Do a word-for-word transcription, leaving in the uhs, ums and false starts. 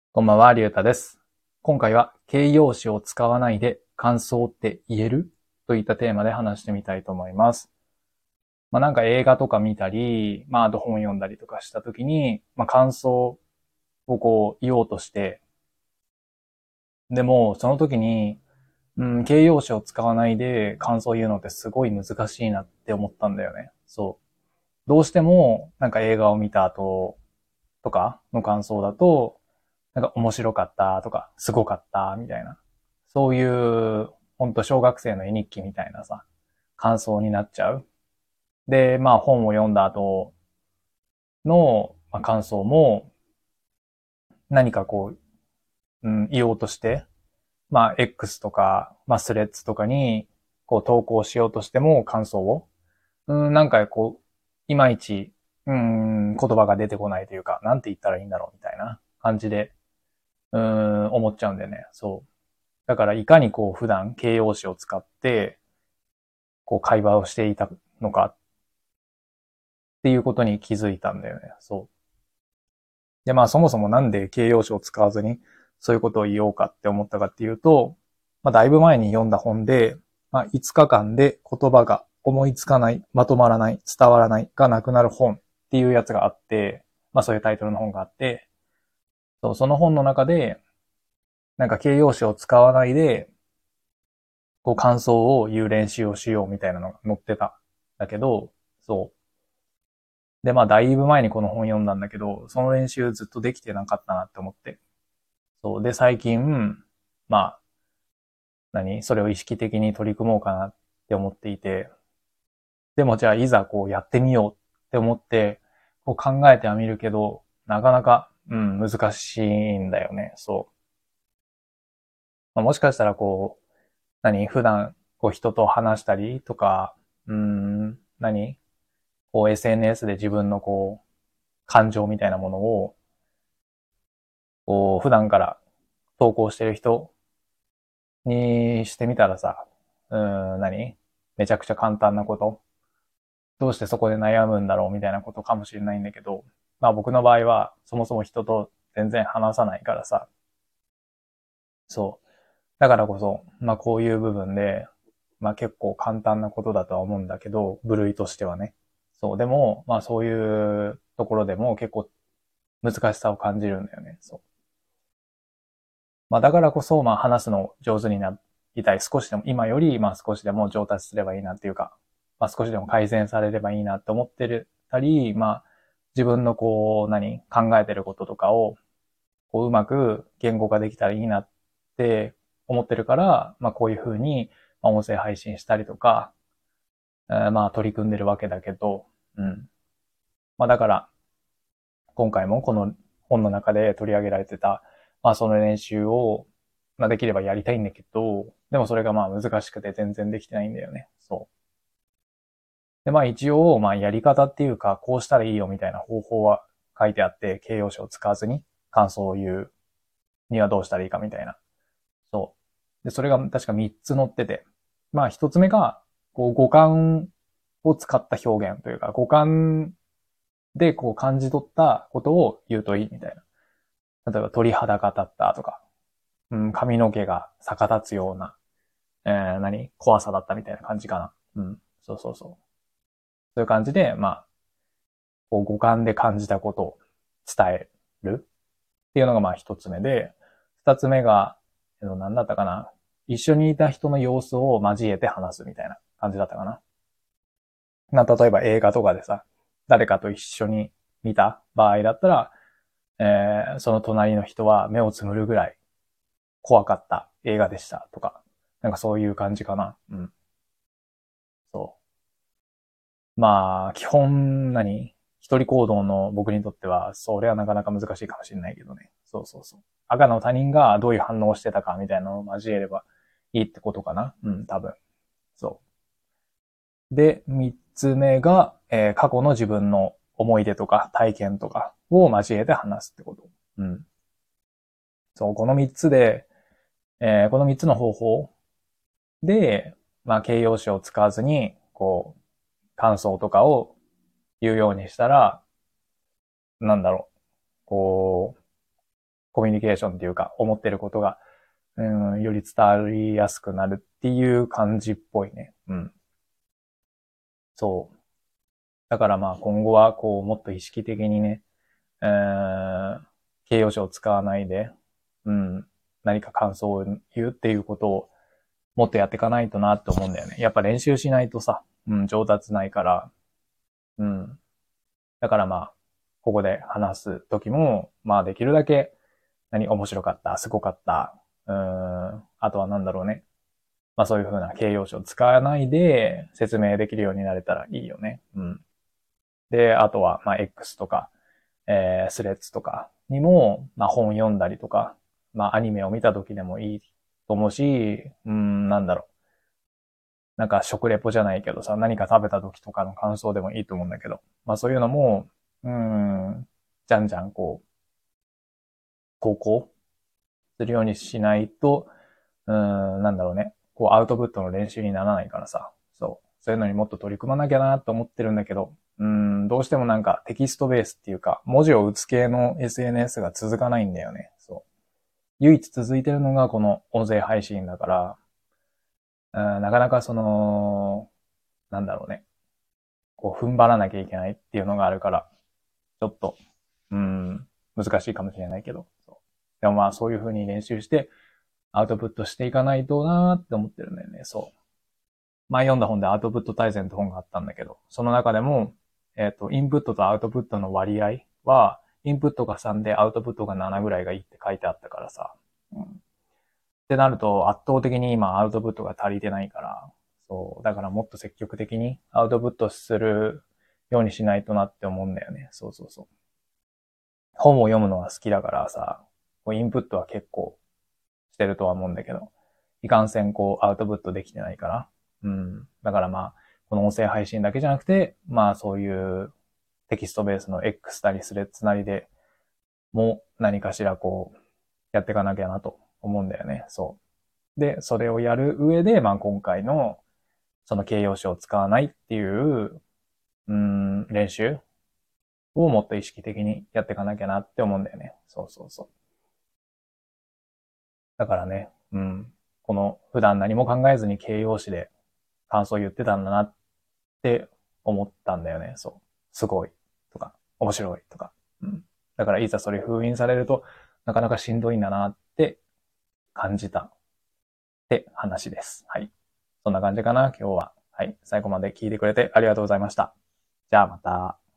こんばんは、りゅうたです。今回は形容詞を使わないで感想って言えるといったテーマで話してみたいと思います。まあなんか映画とか見たり、まああと本読んだりとかした時に、まあ感想をこう言おうとして、でもその時に、うん、形容詞を使わないで感想を言うのってすごい難しいなって思ったんだよね。そう。どうしてもなんか映画を見た後とかの感想だと、なんか面白かったとか、すごかったみたいな。そういう、ほんと小学生の絵日記みたいなさ、感想になっちゃう。で、まあ本を読んだ後の、まあ、感想も何かこう、うん、言おうとして、まあ X とか、まあスレッズとかにこう投稿しようとしても感想を、うん、なんかこう、いまいち、うん、言葉が出てこないというか、なんて言ったらいいんだろうみたいな感じで、うん、思っちゃうんだよね。そう。だからいかにこう普段形容詞を使ってこう会話をしていたのかっていうことに気づいたんだよね。そう。で、まあそもそもなんで形容詞を使わずにそういうことを言おうかって思ったかっていうと、まあだいぶ前に読んだ本で、まあいつかかんで言葉が思いつかない、まとまらない、伝わらないがなくなる本っていうやつがあって、まあそういうタイトルの本があって、そうその本の中で、なんか形容詞を使わないで、こう感想を言う練習をしようみたいなのが載ってた。だけど、そう。で、まあ、だいぶ前にこの本読んだんだけど、その練習ずっとできてなかったなって思って。そう。で、最近、まあ、何それを意識的に取り組もうかなって思っていて、でもじゃあいざこうやってみようって思って、こう考えてはみるけど、なかなか、うん、難しいんだよね。そう。まあ、もしかしたらこう、何普段、こう人と話したりとか、うーん、何こう エスエヌエス で自分のこう、感情みたいなものを、こう、普段から投稿してる人にしてみたらさ、うーん、何めちゃくちゃ簡単なこと。どうしてそこで悩むんだろうみたいなことかもしれないんだけど、まあ僕の場合は、そもそも人と全然話さないからさ、そう。だからこそ、まあこういう部分で、まあ結構簡単なことだとは思うんだけど、部類としてはね。そう。でも、まあそういうところでも結構難しさを感じるんだよね。そう。まあだからこそ、まあ話すの上手になりたい。少しでも、今より、まあ少しでも上達すればいいなっていうか、まあ少しでも改善されればいいなって思ってるたり、まあ自分のこう、何、考えてることとかを、こううまく言語化できたらいいなって思ってるから、まあこういうふうに、まあ音声配信したりとか、えーまあ取り組んでるわけだけど、うん。まあだから、今回もこの本の中で取り上げられてた、まあその練習を、まあできればやりたいんだけど、でもそれがまあ難しくて全然できてないんだよね。そう。で、まあ一応、まあやり方っていうか、こうしたらいいよみたいな方法は書いてあって、形容詞を使わずに感想を言うにはどうしたらいいかみたいな。そう。で、それが確かみっつ載ってて、まあひとつめが、こう五感を使った表現というか、五感でこう感じ取ったことを言うといいみたいな。例えば鳥肌が立ったとか、うん、髪の毛が逆立つような、えー、何怖さだったみたいな感じかな。うん。そうそうそう。そういう感じで、まあ、こう五感で感じたことを伝えるっていうのがまあ一つ目で、二つ目が、えっと、何だったかな。一緒にいた人の様子を交えて話すみたいな感じだったかな。まあ、例えば映画とかでさ、誰かと一緒に見た場合だったら、えー、その隣の人は目をつむるぐらい怖かった映画でしたとか、なんかそういう感じかな。うん。そう。まあ、基本何一人行動の僕にとっては、それはなかなか難しいかもしれないけどね。そうそうそう。赤の他人がどういう反応をしてたかみたいなのを交えればいいってことかな。うん、多分。そう。で、三つ目が、えー過去の自分の思い出とか体験とかを交えて話すってこと。うん。そう、この三つで、えーこの三つの方法で、まあ、形容詞を使わずに、こう、感想とかを言うようにしたら、なんだろう、こう、 コミュニケーションっていうか、思ってることが、うん、より伝わりやすくなるっていう感じっぽいね。うん。そう。だからまあ今後はこう、もっと意識的にね、えー、形容詞を使わないで、うん、何か感想を言うっていうことをもっとやっていかないとなって思うんだよね。やっぱ練習しないとさ、うん、上達ないから、うん。だからまあ、ここで話すときも、まあできるだけ、何、面白かった、すごかった、うーん、あとはなんだろうね。まあそういう風な形容詞を使わないで説明できるようになれたらいいよね。うん。で、あとは、まあ X とか、えー、スレッズとかにも、まあ本読んだりとか、まあアニメを見た時でもいいと思うし、うん、なんだろう。なんか食レポじゃないけどさ、何か食べた時とかの感想でもいいと思うんだけど、まあそういうのも、うん、じゃんじゃんこう、投稿するようにしないと、うん、なんだろうね。こうアウトプットの練習にならないからさ。そう。そういうのにもっと取り組まなきゃなと思ってるんだけど、うん、どうしてもなんかテキストベースっていうか、文字を打つ系の エスエヌエス が続かないんだよね。そう。唯一続いてるのがこの音声配信だから、うん、なかなかその、なんだろうね。こう踏ん張らなきゃいけないっていうのがあるから、ちょっと、うん、難しいかもしれないけど。でもまあそういう風に練習してアウトプットしていかないとなーって思ってるんだよね。そう。前読んだ本でアウトプット大全って本があったんだけど、その中でも、えっ、と、インプットとアウトプットの割合は、インプットがさんでアウトプットがななぐらいがいいって書いてあったからさ。うん。ってなると圧倒的に今アウトプットが足りてないから、そう。だからもっと積極的にアウトプットするようにしないとなって思うんだよね。そうそうそう。本を読むのは好きだからさ、インプットは結構してるとは思うんだけど、いかんせんこうアウトプットできてないから。うん。だからまあ、この音声配信だけじゃなくて、まあそういうテキストベースの X なりスレッズなりでも何かしらこうやっていかなきゃなと思うんだよね。そう。で、それをやる上で、まあ今回のその形容詞を使わないっていう、うん、練習をもっと意識的にやっていかなきゃなって思うんだよね。そうそうそう。だからね、うん。この普段何も考えずに形容詞で感想言ってたんだなって思ったんだよね。そう。すごいとか、面白いとか。うん。だからいざそれ封印されるとなかなかしんどいんだなって感じたって話です。はい。そんな感じかな、今日は。はい。最後まで聞いてくれてありがとうございました。じゃあまた。